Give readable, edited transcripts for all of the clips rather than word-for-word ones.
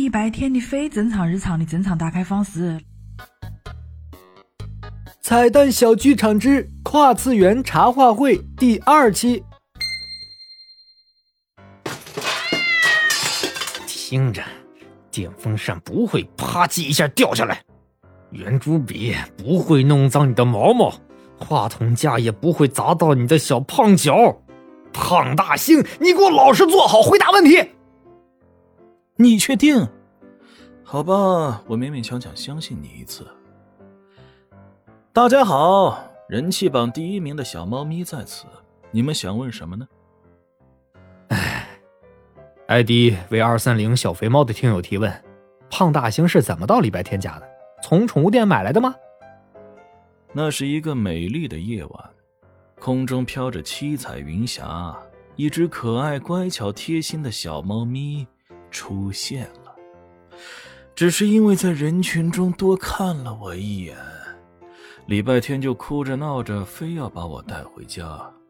礼拜天的非正常日常的正常打开方式。 彩蛋小剧场之跨次元茶话会第2期。 听着，电风扇不会啪叽一下掉下来，圆珠笔不会弄脏你的毛毛，话筒架也不会砸到你的小胖脚。胖大星，你给我老实坐好，回答问题。 你确定？好吧，我勉勉强强相信你一次。大家好，人气榜第1名的小猫咪在此，你们想问什么呢 ？ID 为230小肥猫的听友提问：胖大星是怎么到礼拜天家的？从宠物店买来的吗？ 那是一个美丽的夜晚，空中飘着七彩云霞，一只可爱乖巧贴心的小猫咪出现了，只是因为在人群中多看了我一眼，礼拜天就哭着闹着非要把我带回家。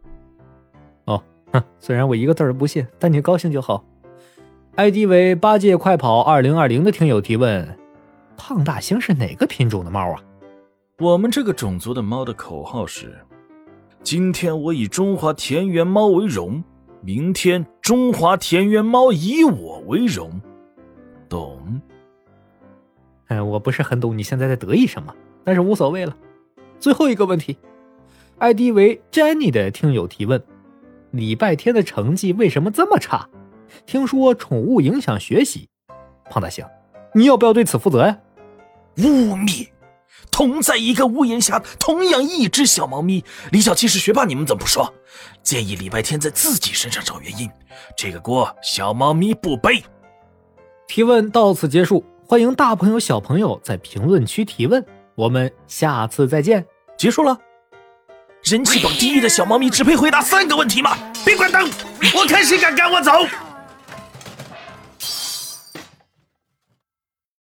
虽然我一个字儿不信，但你高兴就好。ID 为8届快跑2020的听友提问：胖大星是哪个品种的猫啊？ 我们这个种族的猫的口号是：今天我以中华田园猫为荣，明天中华田园猫以我为荣，懂？ 我不是很懂你现在在得意什么，但是无所谓了。最后一个问题 ，ID 为 Jenny 的听友提问：礼拜天的成绩为什么这么差？听说宠物影响学习，胖大星，你要不要对此负责呀？ 污蔑！同在一个屋檐下，同样一只小猫咪，李小七是学霸，你们怎么不说？建议礼拜天在自己身上找原因，这个锅小猫咪不背。 提问到此结束，欢迎大朋友小朋友在评论区提问，我们下次再见。 结束了。人气榜第1的小猫咪只配回答3个问题吗？别关灯，我看谁敢赶我走。